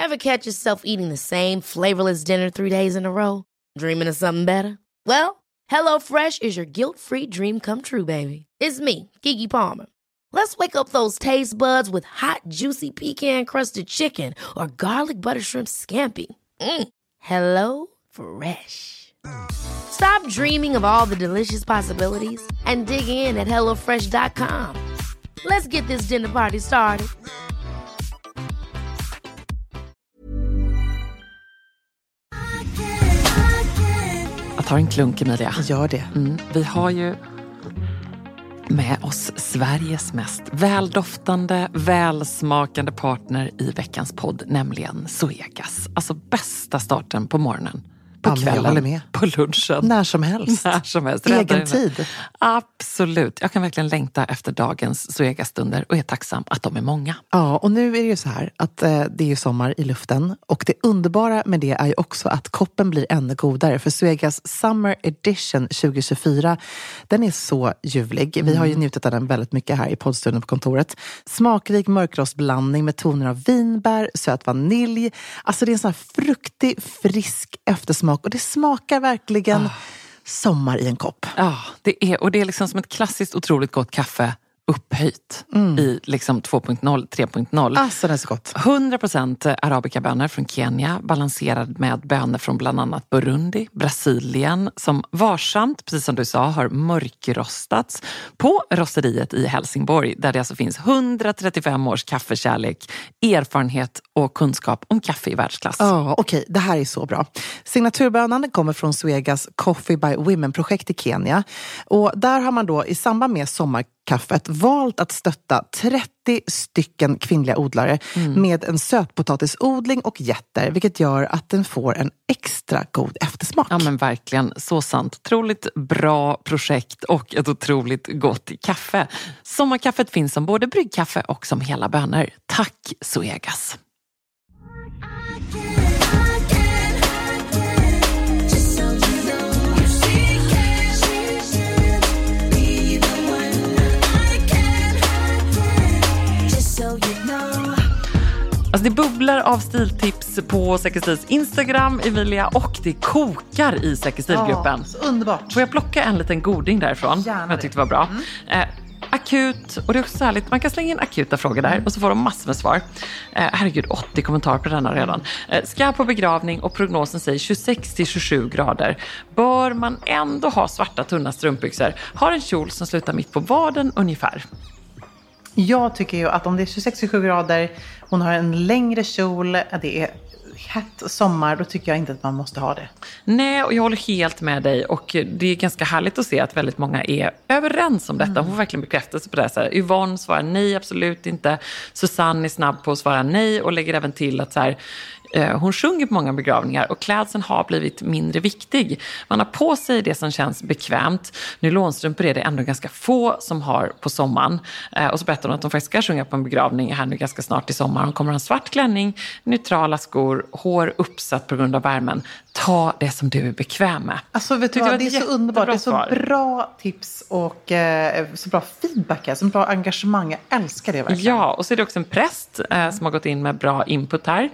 Ever catch yourself eating the same flavorless dinner 3 days in a row? Dreaming of something better? Well, HelloFresh is your guilt-free dream come true, baby. It's me, Keke Palmer. Let's wake up those taste buds with hot, juicy pecan-crusted chicken or garlic butter shrimp scampi. Hello Fresh. Stop dreaming of all the delicious possibilities and dig in at HelloFresh.com. Let's get this dinner party started. Jag tar en klunk, Emilia. Gör det. Vi har ju med oss Sveriges mest väldoftande, välsmakande partner i veckans podd, nämligen Zoegas. Alltså bästa starten på morgonen. På kvällen, på lunchen. När som helst. Egen tid. Absolut. Jag kan verkligen längta efter dagens Zoegas-stunder och är tacksam att de är många. Ja, och nu är det ju så här att det är ju sommar i luften. Och det underbara med det är ju också att koppen blir ännu godare. För Zoegas Summer Edition 2024, den är så ljuvlig. Vi har ju njutit av den väldigt mycket här i poddstunden på kontoret. Smakrik mörkrostblandning med toner av vinbär, söt vanilj. Alltså det är en sån här fruktig, frisk eftersmak. Och det smakar verkligen sommar i en kopp. Ja, det är liksom som ett klassiskt otroligt gott kaffe upphöjt i liksom 2.0, 3.0. Alltså det är så gott. 100% arabikabönor från Kenya, balanserad med bönor från bland annat Burundi, Brasilien, som varsamt, precis som du sa, har mörkrostats på rosteriet i Helsingborg, där det alltså finns 135 års kaffekärlek, erfarenhet och kunskap om kaffe i världsklass. Ja, okej. Det här är så bra. Signaturbönan kommer från Zoegas Coffee by Women-projekt i Kenya. Och där har man då i samband med sommarkaffet valt att stötta 30 stycken kvinnliga odlare med en sötpotatisodling och jätter, vilket gör att den får en extra god eftersmak. Ja, men verkligen, så sant. Otroligt bra projekt och ett otroligt gott kaffe. Sommarkaffet finns som både bryggkaffe och som hela bönor. Tack Zoegas! Alltså det bubblar av stiltips på Säkerstils Instagram, Emilia, och det kokar i Säkerstilgruppen. Så underbart. Får jag plocka en liten goding därifrån? Gärna jag tyckte det var bra. Akut, och det är också så härligt, man kan slänga in akuta frågor där och så får de massor med svar. Herregud, 80 kommentarer på denna redan. Ska på begravning och prognosen säger 26-27 grader. Bör man ändå ha svarta tunna strumpbyxor? Har en kjol som slutar mitt på vaden ungefär. Jag tycker ju att om det är 26-27 grader, hon har en längre kjol, det är hett sommar, då tycker jag inte att man måste ha det. Nej, och jag håller helt med dig, och det är ganska härligt att se att väldigt många är överens om detta. Hon får verkligen bekräftelse på det. Så här, Yvonne svarar nej, absolut inte. Susanne är snabb på att svara nej och lägger även till att så här, hon sjunger på många begravningar och klädseln har blivit mindre viktig. Man har på sig det som känns bekvämt. Nylonstrumpor är det ändå ganska få som har på sommaren. Och så berättar hon att hon faktiskt ska sjunga på en begravning här nu ganska snart i sommar. Hon kommer ha en svart klänning, neutrala skor, hår uppsatt på grund av värmen. Ta det som du är bekväm med. Alltså vet du vad, det är så underbart. Det är så bra tips och så bra feedback, så bra engagemang. Jag älskar det verkligen. Ja, och så är det också en präst som har gått in med bra input här.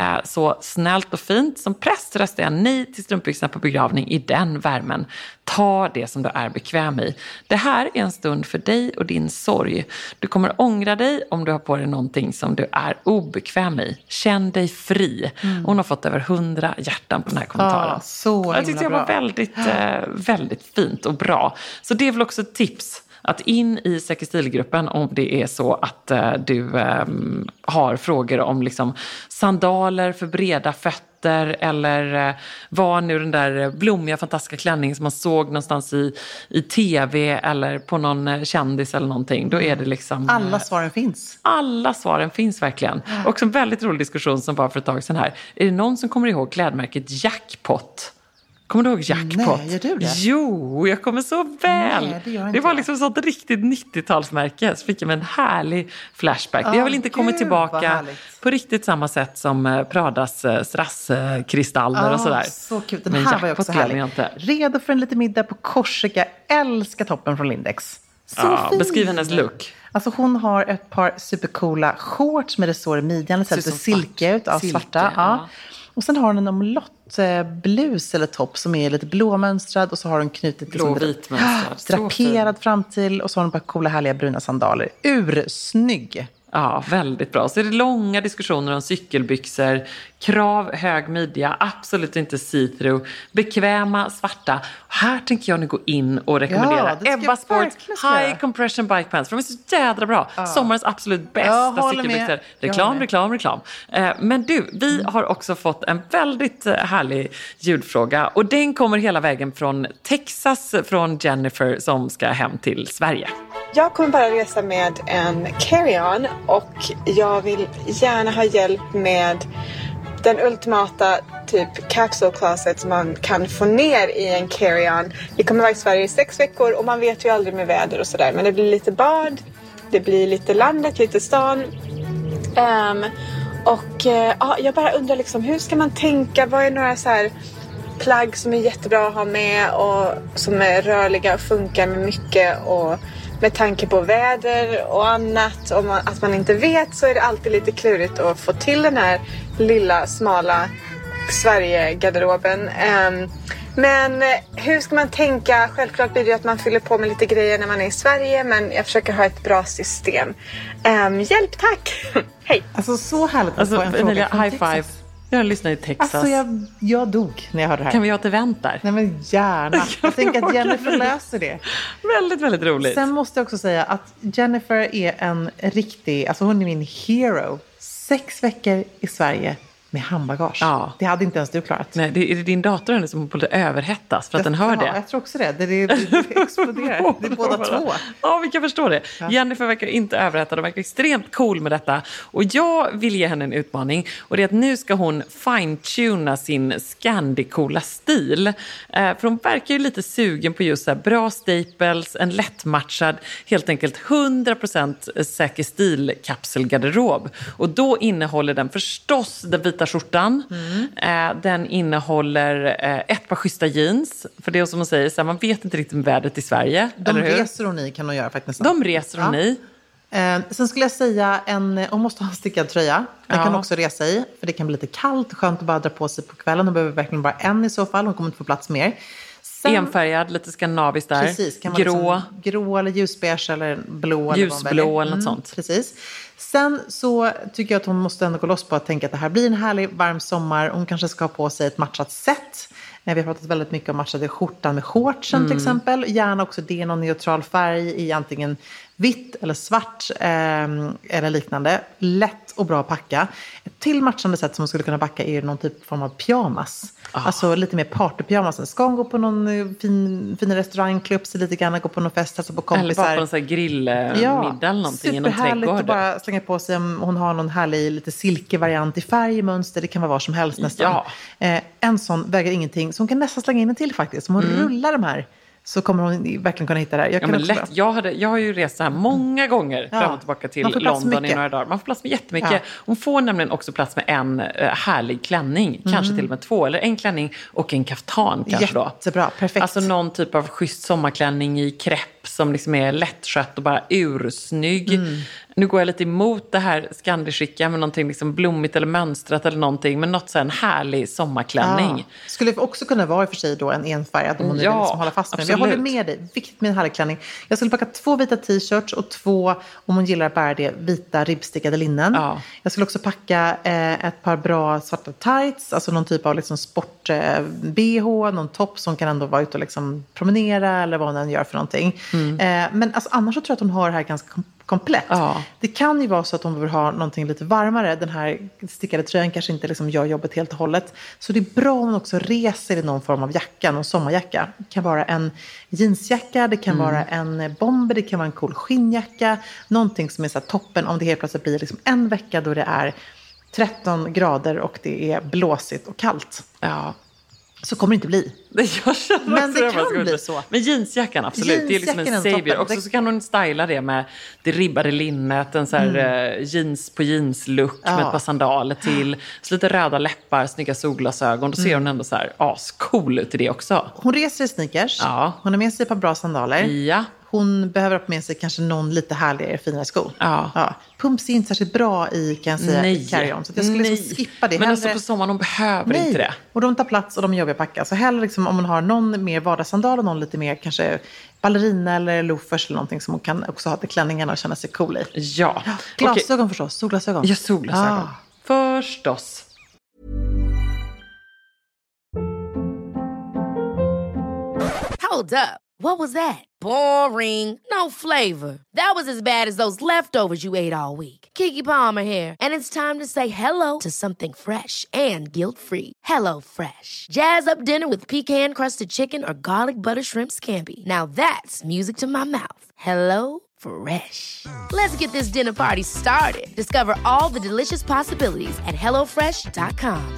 Så snällt och fint. Som präst röstar jag nej till strumpbyxorna på begravning i den värmen. Ta det som du är bekväm i. Det här är en stund för dig och din sorg. Du kommer ångra dig om du har på dig någonting som du är obekväm i. Känn dig fri. Hon har fått över 100 hjärtan på den här kommentaren. Så jag tyckte det var väldigt, väldigt fint och bra. Så det är väl också ett tips att in i Säkerstilgruppen om det är så att du har frågor om liksom sandaler för breda fötter eller vad nu den där blommiga fantastiska klänningen som man såg någonstans i tv eller på någon kändis eller någonting. Då är det liksom... Alla svaren finns. Alla svaren finns verkligen. Och en väldigt rolig diskussion som var för ett tag sedan här. Är det någon som kommer ihåg klädmärket Jackpot? Kommer du ihåg Jackpot? Nej, gör du det? Jo, jag kommer så väl. Nej, det gör inte det var jag. liksom sånt riktigt 90-talsmärke. Så fick jag med en härlig flashback. Det har väl inte kommit tillbaka på riktigt samma sätt som Pradas strasskristaller och sådär. Så kul. Den Men här var ju också Jackpot härlig. Redo för en liten middag på Korsika. Älskar toppen från Lindex. Så ja, fin. beskriv hennes look. Alltså hon har ett par supercoola shorts med det står i midjan. Det ser lite silke ut, svarta. Ja. Och sen har hon en omlottblus eller topp som är lite blåmönstrad. Och så har hon knutit blå-vit mönstrad. Draperad fram till. Och så har hon ett par coola härliga bruna sandaler. Ursnygg! Ja, väldigt bra. Så är det långa diskussioner om cykelbyxor, krav, hög midja, absolut inte see-through, bekväma, svarta. Här tänker jag nu gå in och rekommendera Ebba Sports High Compression Bike Pants. För de är så jädra bra. Sommarens absolut bästa cykelbyxor. Reklam. Men du, vi har också fått en väldigt härlig ljudfråga. Och den kommer hela vägen från Texas, från Jennifer som ska hem till Sverige. Jag kommer bara resa med en carry-on och jag vill gärna ha hjälp med den ultimata typ capsule closet som man kan få ner i en carry-on. Vi kommer vara i Sverige i 6 veckor och man vet ju aldrig med väder och sådär. Men det blir lite bad, det blir lite landet, lite stan. Jag bara undrar liksom, hur ska man tänka? Vad är några så här plagg som är jättebra att ha med och som är rörliga och funkar med mycket och med tanke på väder och annat, om att man inte vet, så är det alltid lite klurigt att få till den här lilla, smala Sverige-garderoben. Men hur ska man tänka? Självklart blir det att man fyller på med lite grejer när man är i Sverige, men jag försöker ha ett bra system. Hjälp, tack! Hej! Alltså så härligt att få en fråga från high five. Jag lyssnar i Texas. Alltså jag dog när jag hörde det här. Kan vi ha ett event där? Nej men gärna. Jag tänker att Jennifer löser det. Väldigt, väldigt roligt. Sen måste jag också säga att Jennifer är en riktig, alltså hon är min hero. 6 veckor i Sverige med handbagage. Ja. Det hade inte ens du klarat. Nej, är det din dator som borde överhettas för att den hör det? Ja, jag tror också det. Det exploderar. Det är båda två. Ja, vi kan förstå det. Ja. Jennifer verkar inte överhettad. De verkar extremt cool med detta. Och jag vill ge henne en utmaning. Och det är att nu ska hon fine-tuna sin Scandi-coola stil. För hon verkar ju lite sugen på just så här bra staples, en lättmatchad, helt enkelt 100% säker stil-kapselgarderob. Och då innehåller den förstås den vita skjortan. Den innehåller ett par schyssta jeans. För det är som hon säger, så här, man vet inte riktigt vädret i Sverige. De reser hon i kan hon göra faktiskt. De reser hon i. Sen skulle jag säga, hon måste ha en stickad tröja. Den kan också resa i. För det kan bli lite kallt och skönt att bara dra på sig på kvällen. Hon behöver verkligen bara en i så fall. Hon kommer inte få plats mer. Enfärgad, lite skandinaviskt där. Precis, kan grå. Liksom, grå eller ljusbeige eller blå. Ljusblå eller något sånt. Precis. Sen så tycker jag att hon måste ändå gå loss på att tänka att det här blir en härlig varm sommar. Hon kanske ska ha på sig ett matchat set. Vi har pratat väldigt mycket om matchade skjortan med shortsen till exempel. Gärna också det någon neutral färg i antingen vitt eller svart eller liknande. Lätt och bra att packa. Ett till matchande sätt som man skulle kunna packa är någon typ form av pyjamas. Alltså lite mer partypyjamas. Ska hon gå på någon fin restaurangklubb så lite grann, gå på någon fest, alltså på kompisar. Eller bara på en sån här grillmiddag eller någonting i någon trädgård. Superhärligt att bara slänga på sig om hon har någon härlig lite silkevariant i färg, mönster. Det kan vara var som helst nästan. En sån väger ingenting. Så hon kan nästan slänga in en till faktiskt. Om hon rullar de här så kommer hon verkligen kunna hitta det. Jag har ju rest så här många gånger fram och tillbaka till London i några dagar. Man får plats med jättemycket. Ja. Hon får nämligen också plats med en härlig klänning. Kanske till och med 2. Eller en klänning och en kaftan kanske då. Jättebra, perfekt. Alltså någon typ av schysst sommarklänning i krepp som liksom är lättskött och bara ursnygg. Nu går jag lite emot det här skandishicka med någonting liksom blommigt eller mönstrat eller någonting. Men något så här en härlig sommarklänning. Ja. Skulle också kunna vara i och för sig då en enfärgad om hon vill liksom hålla fast med. Men jag håller med dig. Viktigt med en härlig klänning. Jag skulle packa 2 vita t-shirts och 2, om hon gillar att bära det, vita ribbstickade linnen. Ja. Jag skulle också packa ett par bra svarta tights. Alltså någon typ av liksom sport-BH. Någon topp som kan ändå vara ute och liksom promenera eller vad hon än gör för någonting. Men alltså, annars så tror jag att hon har det här ganska komplett. Ja. Det kan ju vara så att hon vill ha någonting lite varmare. Den här stickade tröjan kanske inte liksom gör jobbet helt och hållet. Så det är bra om hon också reser i någon form av jacka, någon sommarjacka. Det kan vara en jeansjacka, det kan vara en bomber, det kan vara en cool skinnjacka. Någonting som är så här toppen om det helt plötsligt blir liksom en vecka då det är 13 grader och det är blåsigt och kallt. Ja. Så kommer det inte bli. Men det kan bli så. Men jeansjackan, absolut. Det är liksom en savior. Också så kan hon styla det med det ribbade linnet. En så här jeans på jeans-look med ett par sandaler till. Så lite röda läppar, snygga solglasögon. Då ser hon ändå så här cool ut i det också. Hon reser i sneakers. Ja. Hon har med sig ett par bra sandaler. Ja. hon behöver ha med sig kanske någon lite härligare, finare sko. Ja. Pumps är inte särskilt bra i, kan jag säga, carry-on. Så jag skulle liksom skippa det. Men alltså på sommaren, de behöver inte det. Och de tar plats och de är jobbiga att packa. Så hellre liksom, om man har någon mer vardagssandal och någon lite mer kanske ballerina eller loafers eller någonting som hon kan också ha till klänningarna och känna sig cool i. Ja. Glasögon förstås, solglasögon. Ja, solglasögon. Förstås. Hold up. What was that? Boring. No flavor. That was as bad as those leftovers you ate all week. Keke Palmer here, and it's time to say hello to something fresh and guilt-free. Hello Fresh. Jazz up dinner with pecan-crusted chicken or garlic butter shrimp scampi. Now that's music to my mouth. Hello Fresh. Let's get this dinner party started. Discover all the delicious possibilities at hellofresh.com.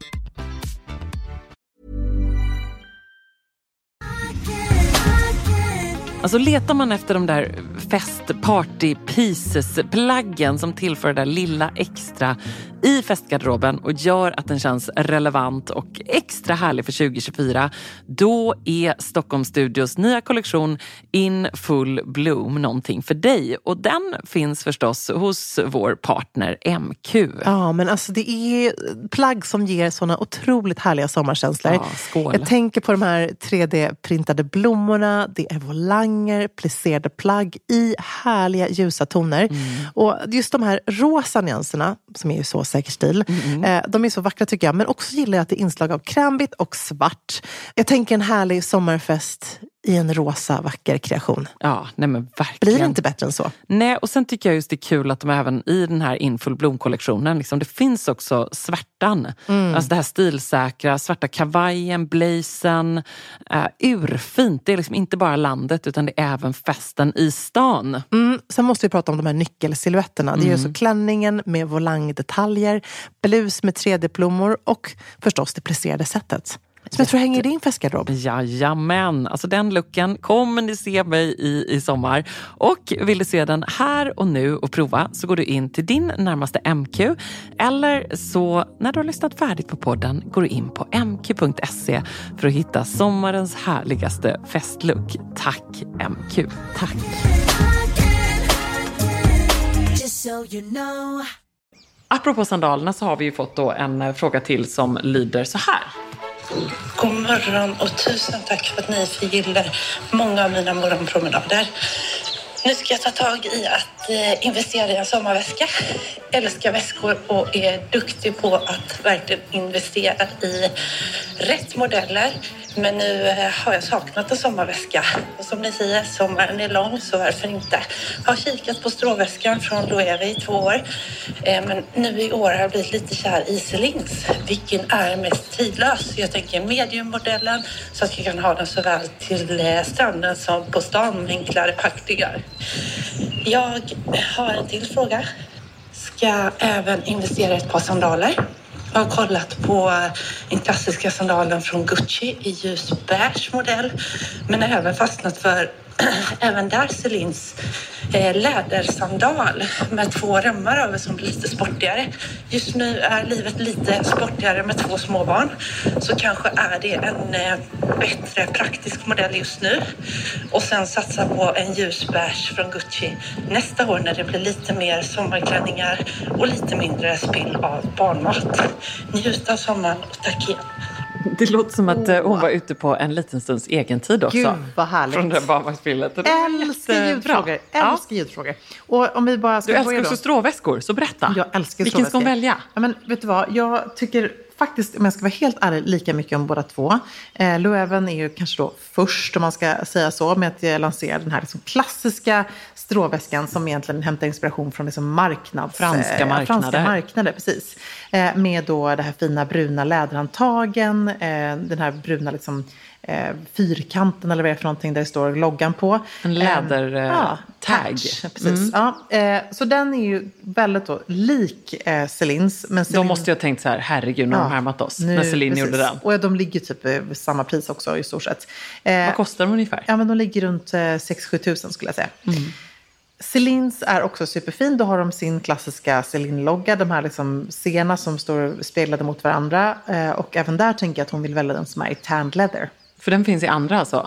Alltså letar man efter de där fest-party pieces-plaggen som tillför det där lilla extra i festgarderoben och gör att den känns relevant och extra härlig för 2024, då är Stockholm Studios nya kollektion In Full Bloom någonting för dig. Och den finns förstås hos vår partner MQ. Ja, men alltså det är plagg som ger såna otroligt härliga sommarkänslor. Ja, skål. Jag tänker på de här 3D-printade blommorna, det är volanger, plisserade plagg i härliga ljusa toner. Och just de här rosa nyanserna, som är ju så säker stil, de är så vackra tycker jag. Men också gillar jag att det är inslag av krämvitt och svart. Jag tänker en härlig sommarfest i en rosa vacker kreation. Ja, nej men verkligen. Blir det inte bättre än så? Nej, och sen tycker jag just det är kul att de även i den här In Full Bloom-kollektionen, liksom, det finns också svärtan. Alltså det här stilsäkra, svarta kavajen, blazen, urfint. Det är liksom inte bara landet utan det är även festen i stan. Sen måste vi prata om de här nyckelsilhuetterna. Det är ju så klänningen med volangdetaljer, blus med 3D-plommor och förstås det plisserade sättet. Som jag tror hänger i din festgarderob. Jajamän, alltså den looken kommer ni se mig i sommar. Och vill du se den här och nu och prova så går du in till din närmaste MQ. Eller så när du har lyssnat färdigt på podden går du in på mq.se för att hitta sommarens härligaste festlook. Tack MQ. Tack. Apropå sandalerna så har vi ju fått då en fråga till som lyder så här. God morgon och tusen tack för att ni förgillar många av mina morgonpromenader. Nu ska jag ta tag i att investera i en sommarväska. Älskar väskor och är duktig på att verkligen investera i rätt modeller. Men nu har jag saknat en sommarväska. Och som ni säger, sommaren är lång så varför inte? Jag har kikat på stråväskan från Loewe i 2 år. Men nu i år har jag blivit lite kär i Céline's. Vilken är mest tidlös? Jag tänker mediummodellen så att jag kan ha den såväl till stranden som på stan med enklare packningar. Jag har en till fråga. Ska även investera i ett par sandaler. Jag har kollat på den klassiska sandalen från Gucci i ljus beige modell. Men även fastnat för även där Céline's lädersandal med 2 remmar över som blir lite sportigare. Just nu är livet lite sportigare med 2 småbarn. Så kanske är det en bättre praktisk modell just nu. Och sen satsa på en ljusbeige från Gucci nästa år när det blir lite mer sommarklänningar och lite mindre spill av barnmat. Njut av sommaren och tack igen. Det låter som att hon var ute på en liten stunds egen tid också. Gud vad härligt. Från det där barnvagnsbildet. Älskar ljudfrågor. Älskar ljudfrågor. Och om vi bara ska du älskar också stråväskor, så berätta. Jag älskar stråväskor. Vilken ska hon välja? Ja, men vet du vad, jag tycker faktiskt, om jag ska vara helt ärlig, lika mycket om båda två. Loewen är ju kanske då först, om man ska säga så, med att jag lanserar den här liksom klassiska stråväskan som egentligen hämtar inspiration från liksom franska marknader, precis. Med då det här fina bruna läderhandtagen, den här bruna liksom fyrkanten eller vad det är för någonting där det står loggan på. En lädertag. Precis. Ja, så den är ju väldigt då lik Céline's. Men Då måste jag tänkt så här, herregud, nu har de härmat oss. När Céline gjorde den. Och de ligger typ samma pris också i stort sett. Vad kostar de ungefär? Ja, men de ligger runt 6-7 tusen skulle jag säga. Céline's är också superfin. Då har de sin klassiska Céline-logga. De här liksom scenerna som står speglade mot varandra. Och även där tänker jag att hon vill välja den som är i tanned leather. För den finns i andra alltså?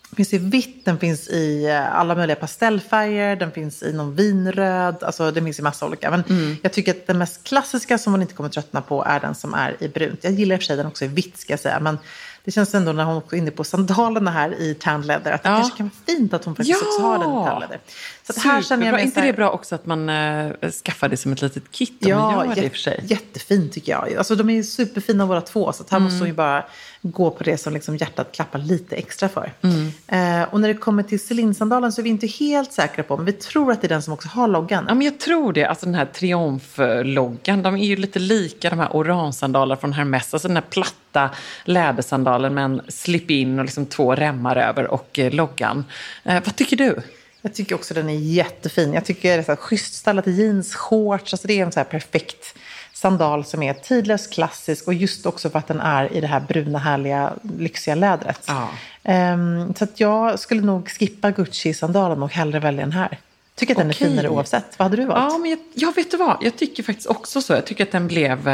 finns i vitt, den finns i alla möjliga pastellfärger, den finns i någon vinröd, alltså det finns i massa olika. Men jag tycker att den mest klassiska som man inte kommer tröttna på är den som är i brunt. Jag gillar i och för sig den också i vitt, ska jag säga, men det känns ändå när hon är inne på sandalerna här i tandläder att det kanske kan vara fint att hon faktiskt också har den i tandläder. Så att här känner jag mig inte det bra också att man skaffar det som ett litet kit om man gör det i och för sig? Jättefint tycker jag. Alltså de är ju superfina båda två, så att här måste hon ju bara gå på det som liksom hjärtat klappar lite extra för. Och när det kommer till Celine-sandalen så är vi inte helt säkra på, men vi tror att det är den som också har loggan. Ja, men jag tror det. Alltså den här Triumph-loggan, de är ju lite lika de här orange-sandaler från Hermes. Alltså den här platta lädersandalen med en slip-in och liksom 2 remmar över och loggan. Vad tycker du? Jag tycker också den är jättefin. Jag tycker det är så här schysst stallat jeans, shorts. Alltså det är en så här perfekt sandal som är tidlös, klassisk och just också för att den är i det här bruna, härliga, lyxiga lädret. Ja. Så att jag skulle nog skippa Gucci-sandalen och hellre välja den här. Tycker att den är finare oavsett. Vad hade du valt? Ja, men jag vet du vad? Jag tycker faktiskt också så. Jag tycker att den blev...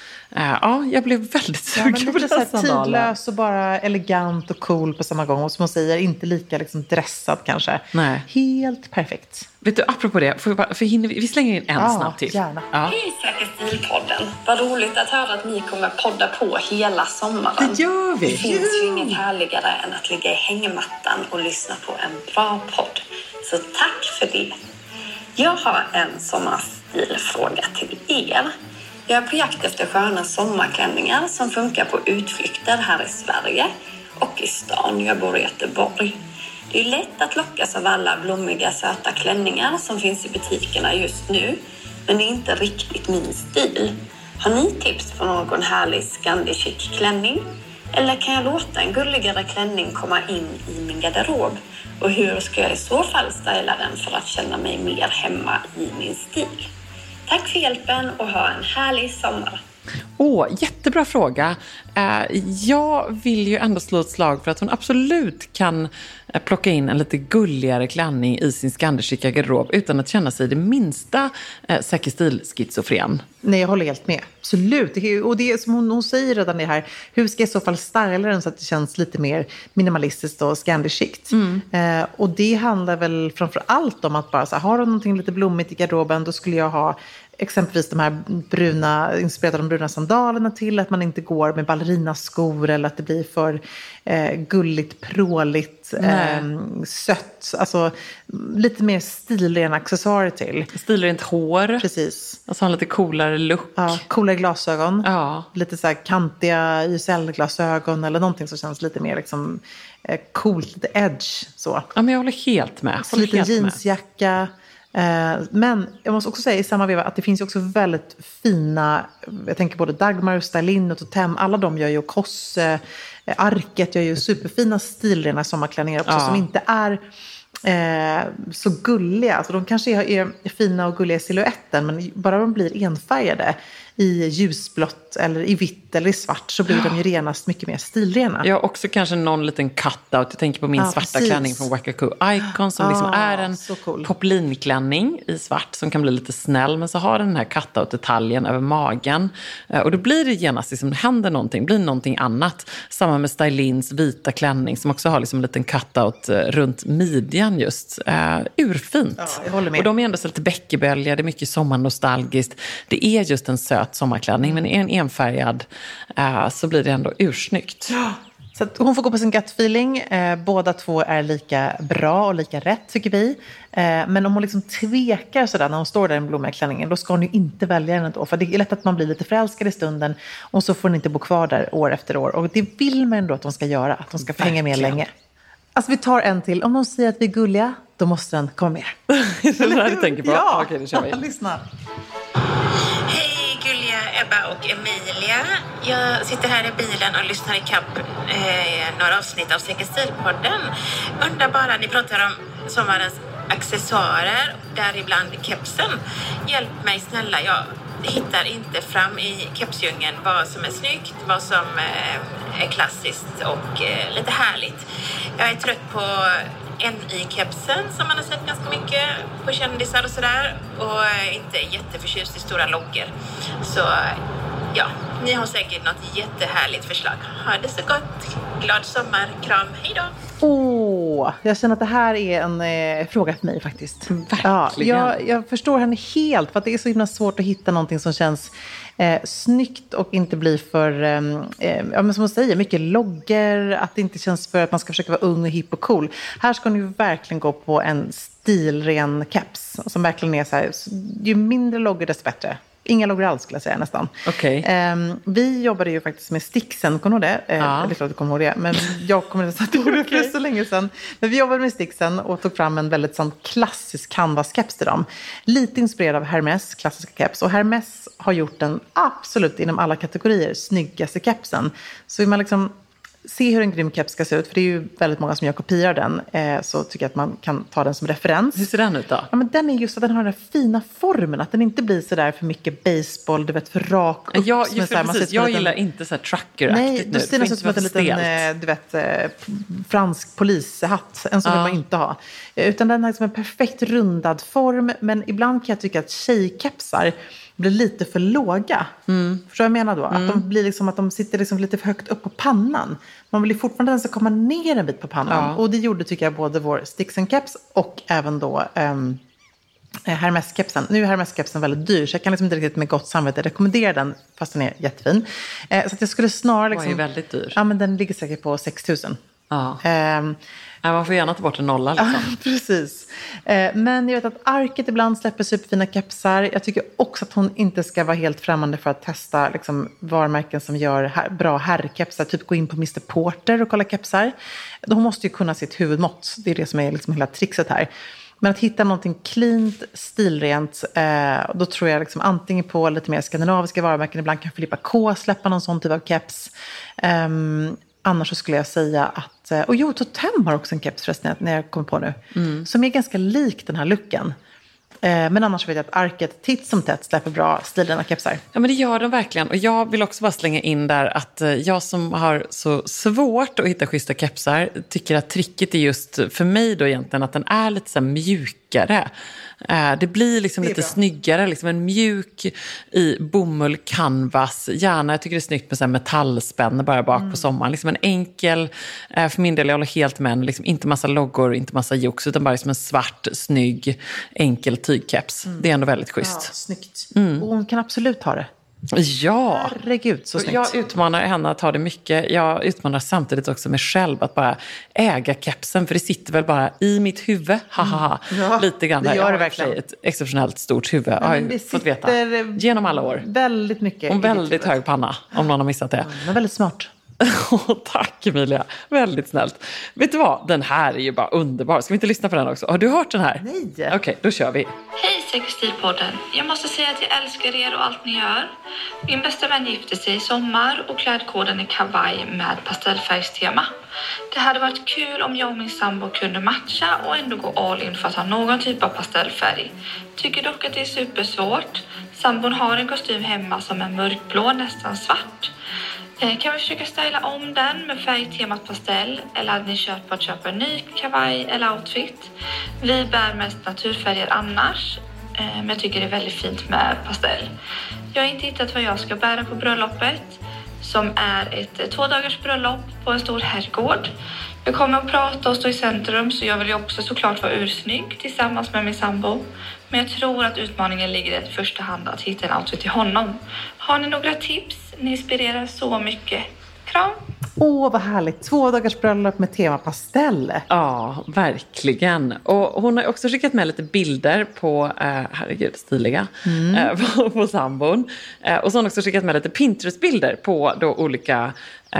jag blev väldigt sugen på den här sandalen. Tidlös och bara elegant och cool på samma gång. Och som hon säger, inte lika liksom dressad kanske. Nej. Helt perfekt. Vet du, apropå det, vi slänger in en snabb till. Gärna. Ja. Hej Säker stilpodden. Vad roligt att höra att ni kommer podda på hela sommaren. Det gör vi. Det finns ju inget härligare än att ligga i hängmattan och lyssna på en bra podd. Så tack för det. Jag har en sommarstilfråga till er. Jag är på jakt efter sköna sommarklänningar som funkar på utflykter här i Sverige och i stan. Jag bor i Göteborg. Det är lätt att lockas av alla blommiga, söta klänningar som finns i butikerna just nu. Men det är inte riktigt min stil. Har ni tips på någon härlig Scandi chic klänning? Eller kan jag låta en gulligare klänning komma in i min garderob? Och hur ska jag i så fall styla den för att känna mig mer hemma i min stil? Tack för hjälpen och ha en härlig sommar. Jättebra fråga. Jag vill ju ändå slå ett slag för att hon absolut kan plocka in en lite gulligare klänning i sin Scandi-chica garderob utan att känna sig det minsta Säker stil-schizofren. Nej, jag håller helt med. Absolut. Och det är som hon säger redan det här. Hur ska jag i så fall styla den så att det känns lite mer minimalistiskt och Scandi-chict? Och det handlar väl framför allt om att bara så här, har du någonting lite blommigt i garderoben, då skulle jag ha exempelvis de här bruna, inspirerade de bruna sandalerna till, att man inte går med ballerinaskor eller att det blir för gulligt, pråligt, sött. Alltså lite mer stilrena accessoarer till. Stilrent hår. Precis. Alltså en lite coolare look. Ja, coolare glasögon. Ja. Lite så här kantiga YSL-glasögon eller någonting som känns lite mer liksom coolt, lite edge så. Ja, men jag håller helt med. Så lite jeansjacka. Men jag måste också säga i samma veva att det finns ju också väldigt fina, jag tänker både Dagmar, Stylin och Totem, alla de gör ju, Kosse, Arket gör ju superfina stilrena sommarklänningar också som inte är så gulliga. Alltså de kanske är fina och gulliga i silhuetten, men bara de blir enfärgade i ljusblått eller i vitt eller i svart så blir de ju renast mycket mer stilrena. Ja, också kanske någon liten cutout. Jag tänker på min svarta klänning från Wakaku Icon som liksom är en cool poplinklänning i svart som kan bli lite snäll, men så har den här cutout-detaljen över magen. Och då blir det genast liksom, det händer någonting, blir någonting annat. Samma med Stylins vita klänning som också har liksom en liten cutout runt midjan just. Urfint. Ja, jag håller med. Och de är ändå så lite bäckebölja, det är mycket sommarnostalgiskt. Det är just en söt sommarklänning, men är en enfärgad så blir det ändå ursnyggt. Så att hon får gå på sin gut feeling. Båda två är lika bra och lika rätt tycker vi. Men om hon liksom tvekar sådär när hon står där i den blommiga klänningen, då ska hon ju inte välja den då. För det är lätt att man blir lite förälskad i stunden och så får hon inte bo kvar där år efter år. Och det vill man ändå att de ska göra, att de ska få hänga med länge. Alltså vi tar en till. Om de säger att vi är gulliga, då måste den komma med. Det är det du tänker på? Ja, okej, det kör vi. Lyssna. Hej gulliga Ebba och Emilia. Jag sitter här i bilen och lyssnar ikapp några avsnitt av Säker stil-podden. Undrar bara, ni pratar om sommarens accessoarer, däribland kepsen. Hjälp mig snälla, jag hittar inte fram i kepsdjungeln vad som är snyggt, vad som är klassiskt och lite härligt. Jag är trött på NY-kepsen som man har sett ganska mycket på kändisar och sådär, och inte jätteförtjust i stora loggor. Så ja, ni har säkert något jättehärligt förslag. Ha det så gott. Glad sommar. Kram. Hej då. Jag känner att det här är en fråga för mig faktiskt. Verkligen. Ja, jag förstår henne helt, för att det är så himla svårt att hitta någonting som känns snyggt och inte blir för, men som man säger, mycket logger, att det inte känns för att man ska försöka vara ung och hipp och cool. Här ska ni verkligen gå på en stilren keps som verkligen är så här, ju mindre logger desto bättre. Inga loggar alls skulle jag säga nästan. Okay. Vi jobbade ju faktiskt med Stixen, kommer du ihåg det? Det är klart att du kommer ihåg det, men jag kommer inte ihåg det för så länge sedan. Men vi jobbade med Stixen och tog fram en väldigt sån klassisk canvas-keps till dem. Lite inspirerad av Hermes klassiska keps. Och Hermes har gjort den absolut inom alla kategorier snyggaste kepsen. Så vill man liksom se hur en grym keps ska se ut, för det är ju väldigt många som gör kopior av den, så tycker jag att man kan ta den som referens. Hur ser den ut då? Ja, men den är just att den har den här fina formen, att den inte blir så där för mycket baseball, du vet, för rak upp. Ja, just det, precis. Jag gillar inte så här trucker-aktigt nu. Nej, du ser nästan som att en liten, du vet, fransk polishatt. En sån vill man inte ha. Utan den har liksom en perfekt rundad form, men ibland kan jag tycka att tjejkepsar blir lite för låga. Förstår jag menar då? Att de blir liksom, att de sitter liksom lite för högt upp på pannan. Man vill ju fortfarande den ska komma ner en bit på pannan. Ja. Och det gjorde, tycker jag, både vår Stixen-keps och även då Hermes-kepsen. Nu är Hermes-kepsen väldigt dyr, så jag kan liksom inte riktigt med gott samvete rekommendera den, fast den är jättefin. Så att jag skulle snarare liksom... Den är väldigt dyr. Ja, men den ligger säkert på 6 000. Ja. Man får gärna ta bort en nolla liksom. Ja, precis. Men jag vet att Arket ibland släpper superfina kepsar. Jag tycker också att hon inte ska vara helt främmande för att testa liksom, varumärken som gör bra herrkepsar. Typ gå in på Mr. Porter och kolla kepsar. Hon måste ju kunna sitt huvudmått. Det är det som är liksom hela trixet här. Men att hitta någonting cleant, stilrent, då tror jag liksom antingen på lite mer skandinaviska varumärken. Ibland kan Filippa K släppa någon sån typ av keps. Annars så skulle jag säga att... Och jo, Totem har också en keps förresten, när jag kommer på nu. Som är ganska lik den här looken. Men annars vet jag att Arket titt som tätt släpper bra stilrena kepsar. Ja, men det gör de verkligen. Och jag vill också bara slänga in där att jag som har så svårt att hitta schyssta kepsar tycker att tricket är just för mig då egentligen att den är lite så här mjukare. Det blir liksom lite snyggare, liksom en mjuk i bomull, canvas, gärna, jag tycker det är snyggt med så här metallspänne bara bak på sommaren, liksom en enkel, för min del, jag håller helt med, liksom inte massa loggor, inte massa jox, utan bara liksom en svart, snygg, enkel tygkeps. Det är ändå väldigt schysst. Ja, snyggt. Och hon kan absolut ha det. Ja, herregud, så snyggt. Jag utmanar henne att ha det mycket. Jag utmanar samtidigt också mig själv att bara äga kepsen, för det sitter väl bara i mitt huvud. Ja, lite grann. Det gör det verkligen. Ett exceptionellt stort huvud. Jag har fått veta genom alla år. Väldigt mycket. Och väldigt hög panna, om någon har missat det. Men väldigt smart. Tack Emilia, väldigt snällt. Vet du vad, den här är ju bara underbar. Ska vi inte lyssna på den också? Har du hört den här? Nej. Okej, då kör vi. Hej Sextilpodden. Jag måste säga att jag älskar er och allt ni gör. Min bästa vän gifte sig i sommar och klädkoden är kavaj med pastellfärgstema. Det hade varit kul om jag och min sambo kunde matcha och ändå gå all in för att ha någon typ av pastellfärg. Tycker dock att det är supersvårt. Sambon har en kostym hemma som är mörkblå, nästan svart. Kan vi försöka styla om den med färgtemat pastell, eller hade ni kört på att köpa en ny kavaj eller outfit? Vi bär mest naturfärger annars, men jag tycker det är väldigt fint med pastell. Jag har inte hittat vad jag ska bära på bröllopet, som är ett 2 dagars bröllop på en stor herrgård. Jag kommer att prata och stå i centrum, så jag vill ju också såklart vara ursnygg tillsammans med min sambo. Men jag tror att utmaningen ligger i första hand att hitta en outfit till honom. Har ni några tips? Ni inspirerar så mycket. Kram! Vad härligt. 2 dagars bröllop med tema pastell. Ja, verkligen. Och hon har också skickat med lite bilder på, herregud, stiliga, på sambon. Och så har hon också skickat med lite Pinterest-bilder på då olika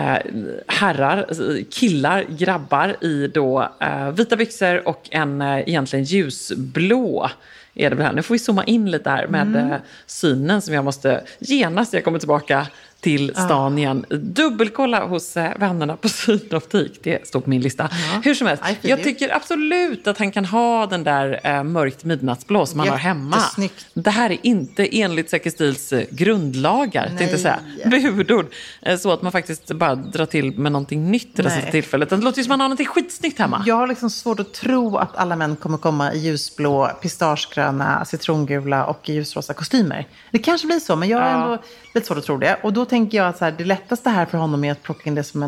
herrar, killar, grabbar i då vita byxor och en egentligen ljusblå är det väl här. Nu får vi zooma in lite här med synen som jag måste genast, jag kommer tillbaka till stan igen. Dubbelkolla hos vännerna på Synoptik. Det står på min lista. Hur som helst, jag tycker absolut att han kan ha den där mörkt midnattsblå som han har hemma. Det här är inte enligt Säkerstils grundlagar, tänkte säga. Budord. Så att man faktiskt bara drar till med någonting nytt i det här tillfället. Det låter ju som att man har någonting skitsnyggt hemma. Jag har liksom svårt att tro att alla män kommer komma i ljusblå, pistagegröna, citrongula och ljusrosa kostymer. Det kanske blir så, men jag har ändå lite svårt att tro det. Och då tänker jag att så här, det lättaste här för honom är att plocka in det som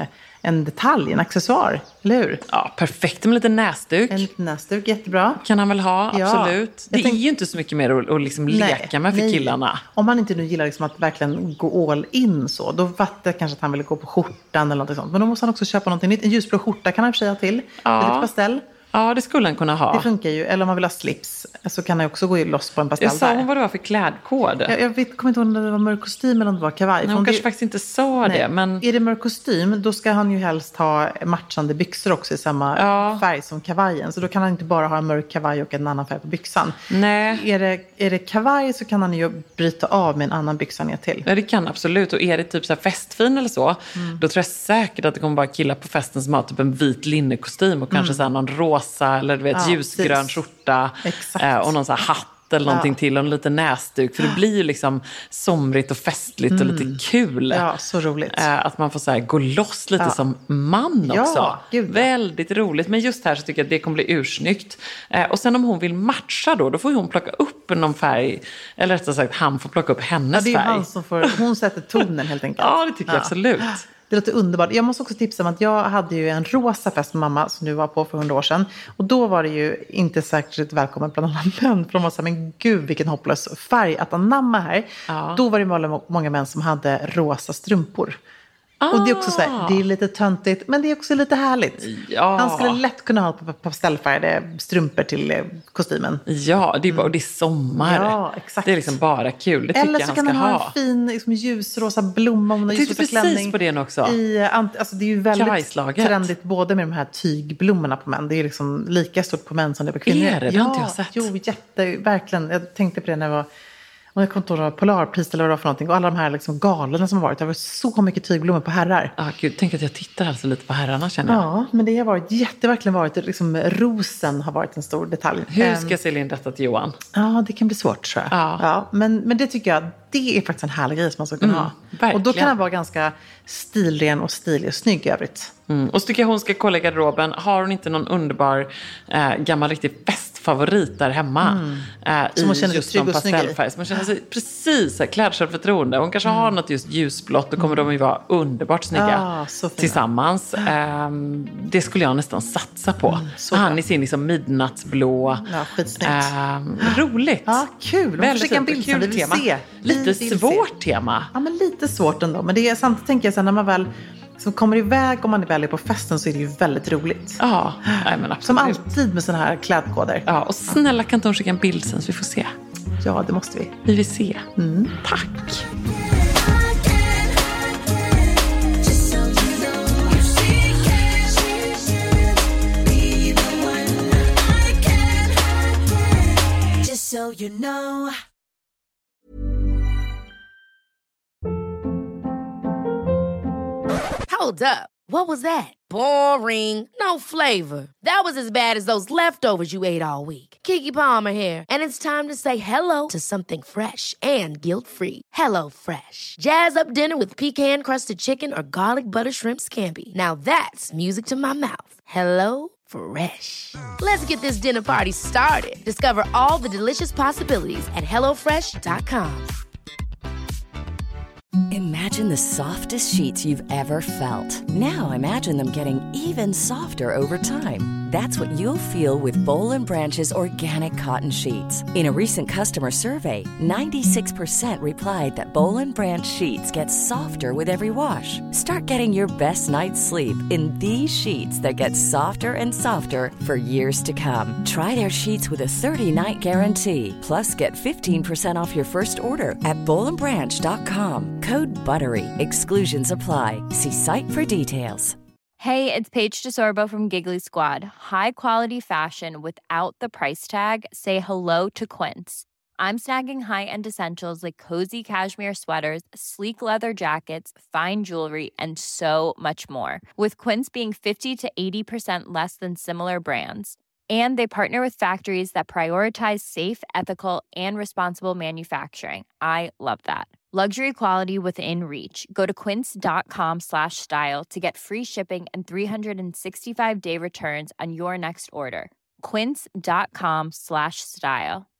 en detalj, en accessoar, eller hur? Ja, perfekt med lite näsduk. En liten näsduk, jättebra. Kan han väl ha, Ja. absolut. Det är ju inte så mycket mer att liksom leka med för killarna. Om man inte nu gillar liksom att verkligen gå all in så, då fattar jag kanske att han vill gå på skjortan eller något sånt. Men då måste han också köpa någonting nytt. En ljusblå skjorta kan han för sig ha till. Ja. Lite pastell. Ja, det skulle han kunna ha. Det funkar ju. Eller om man vill ha slips så kan han ju också gå loss på en pastell. Jag sa där. hon vad det var för klädkod. Kommer inte ihåg om det var mörk kostym eller om det var kavaj. Nej, hon kanske faktiskt inte sa det. Men... Är det mörk kostym, då ska han ju helst ha matchande byxor också i samma färg som kavajen. Så då kan han inte bara ha en mörk kavaj och en annan färg på byxan. Nej. Är det kavaj så kan han ju bryta av med en annan byxa ner till. Ja, det kan absolut. Och är det typ så här festfin eller så, då tror jag säkert att det kommer bara killar på festen som har typ en vit linnekostym och kanske så här någon rosa eller du vet, ljusgrön skjorta och någon så här hatt eller någonting till och en liten näsduk. För det blir ju liksom somrigt och festligt och lite kul. Ja, så roligt. Att man får så här gå loss lite som man också. Ja, gud. Väldigt roligt. Men just här så tycker jag att det kommer bli ursnyggt. Och sen om hon vill matcha då får hon plocka upp någon färg. Eller rättare sagt, han får plocka upp hennes färg. Ja, det är han som hon sätter tonen helt enkelt. Ja, det tycker jag absolut. Det låter underbart. Jag måste också tipsa om att jag hade ju en rosa fest med mamma som du var på för 100 år sedan. Och då var det ju inte säkert välkommen bland alla män. För de var så här, men gud vilken hopplös färg att anamma här. Ja. Då var det många män som hade rosa strumpor. Och det är också så här, det är lite töntigt, men det är också lite härligt. Ja. Han skulle lätt kunna ha pastellfärgade strumpor till kostymen. Ja, det är bara, och det är sommar. Ja, exakt. Det är liksom bara kul. Det tycker eller jag så han kan ska han ha ha. en fin liksom, ljusrosa blomma. Jag tänkte precis klänning på det också. Alltså, det är ju väldigt trendigt både med de här tygblommorna på män. Det är liksom lika stort på män som det är på kvinnor. Är det? Det har inte jag sett. Jo, verkligen. Jag tänkte på det när jag var... Och jag kom inte ihåg Polarpris eller vad det var för någonting. Och alla de här liksom galorna som har varit. Det har varit så mycket tygblommor på herrar. Gud, tänk att jag tittar alltså lite på herrarna känner jag. Ja, men det har varit verkligen varit. Liksom, rosen har varit en stor detalj. Hur ska Celine detta till Johan? Ja, det kan bli svårt tror jag. Ja, men det tycker jag, det är faktiskt en härlig grej som man ska kunna ha. Verkligen. Och då kan han vara ganska stilren och stilig och snygg i övrigt. Och så tycker jag hon ska kolla i garderoben. Har hon inte någon underbar gammal riktig festfavorit där hemma? Som hon känner sig trygg och snygg i. Som hon känner sig precis klädsjälvförtroende. Hon kanske har något just ljusblått. Då kommer de ju vara underbart snygga tillsammans. Det skulle jag nästan satsa på. Han i sin liksom midnattsblå. Ja, skitsnyggt. Roligt. Ja, kul. Väldigt skicka en bild kul vi vill tema. se. Lite svårt tema. Ja, men lite svårt ändå. Men det är, samtidigt tänker jag sen när man väl som kommer iväg, om man väl är på festen, så är det ju väldigt roligt. Ja, nej, men absolut. Som alltid med såna här klädkoder. Ja, och snälla kan inte hon skicka en bild sen så vi får se. Ja, det måste vi. Vi vill se. Tack. So you know. Hold up. What was that? Boring. No flavor. That was as bad as those leftovers you ate all week. Keke Palmer here, and it's time to say hello to something fresh and guilt-free. Hello Fresh. Jazz up dinner with pecan-crusted chicken or garlic butter shrimp scampi. Now that's music to my mouth. Hello Fresh. Let's get this dinner party started. Discover all the delicious possibilities at hellofresh.com. Imagine the softest sheets you've ever felt. Now imagine them getting even softer over time. That's what you'll feel with Boll & Branch's organic cotton sheets. In a recent customer survey, 96% replied that Boll & Branch sheets get softer with every wash. Start getting your best night's sleep in these sheets that get softer and softer for years to come. Try their sheets with a 30-night guarantee. Plus, get 15% off your first order at bollandbranch.com. Code BUTTERY. Exclusions apply. See site for details. Hey, it's Paige DeSorbo from Giggly Squad. High quality fashion without the price tag. Say hello to Quince. I'm snagging high-end essentials like cozy cashmere sweaters, sleek leather jackets, fine jewelry, and so much more. With Quince being 50 to 80% less than similar brands. And they partner with factories that prioritize safe, ethical, and responsible manufacturing. I love that. Luxury quality within reach. Go to quince.com/style to get free shipping and 365-day returns on your next order. Quince.com/style.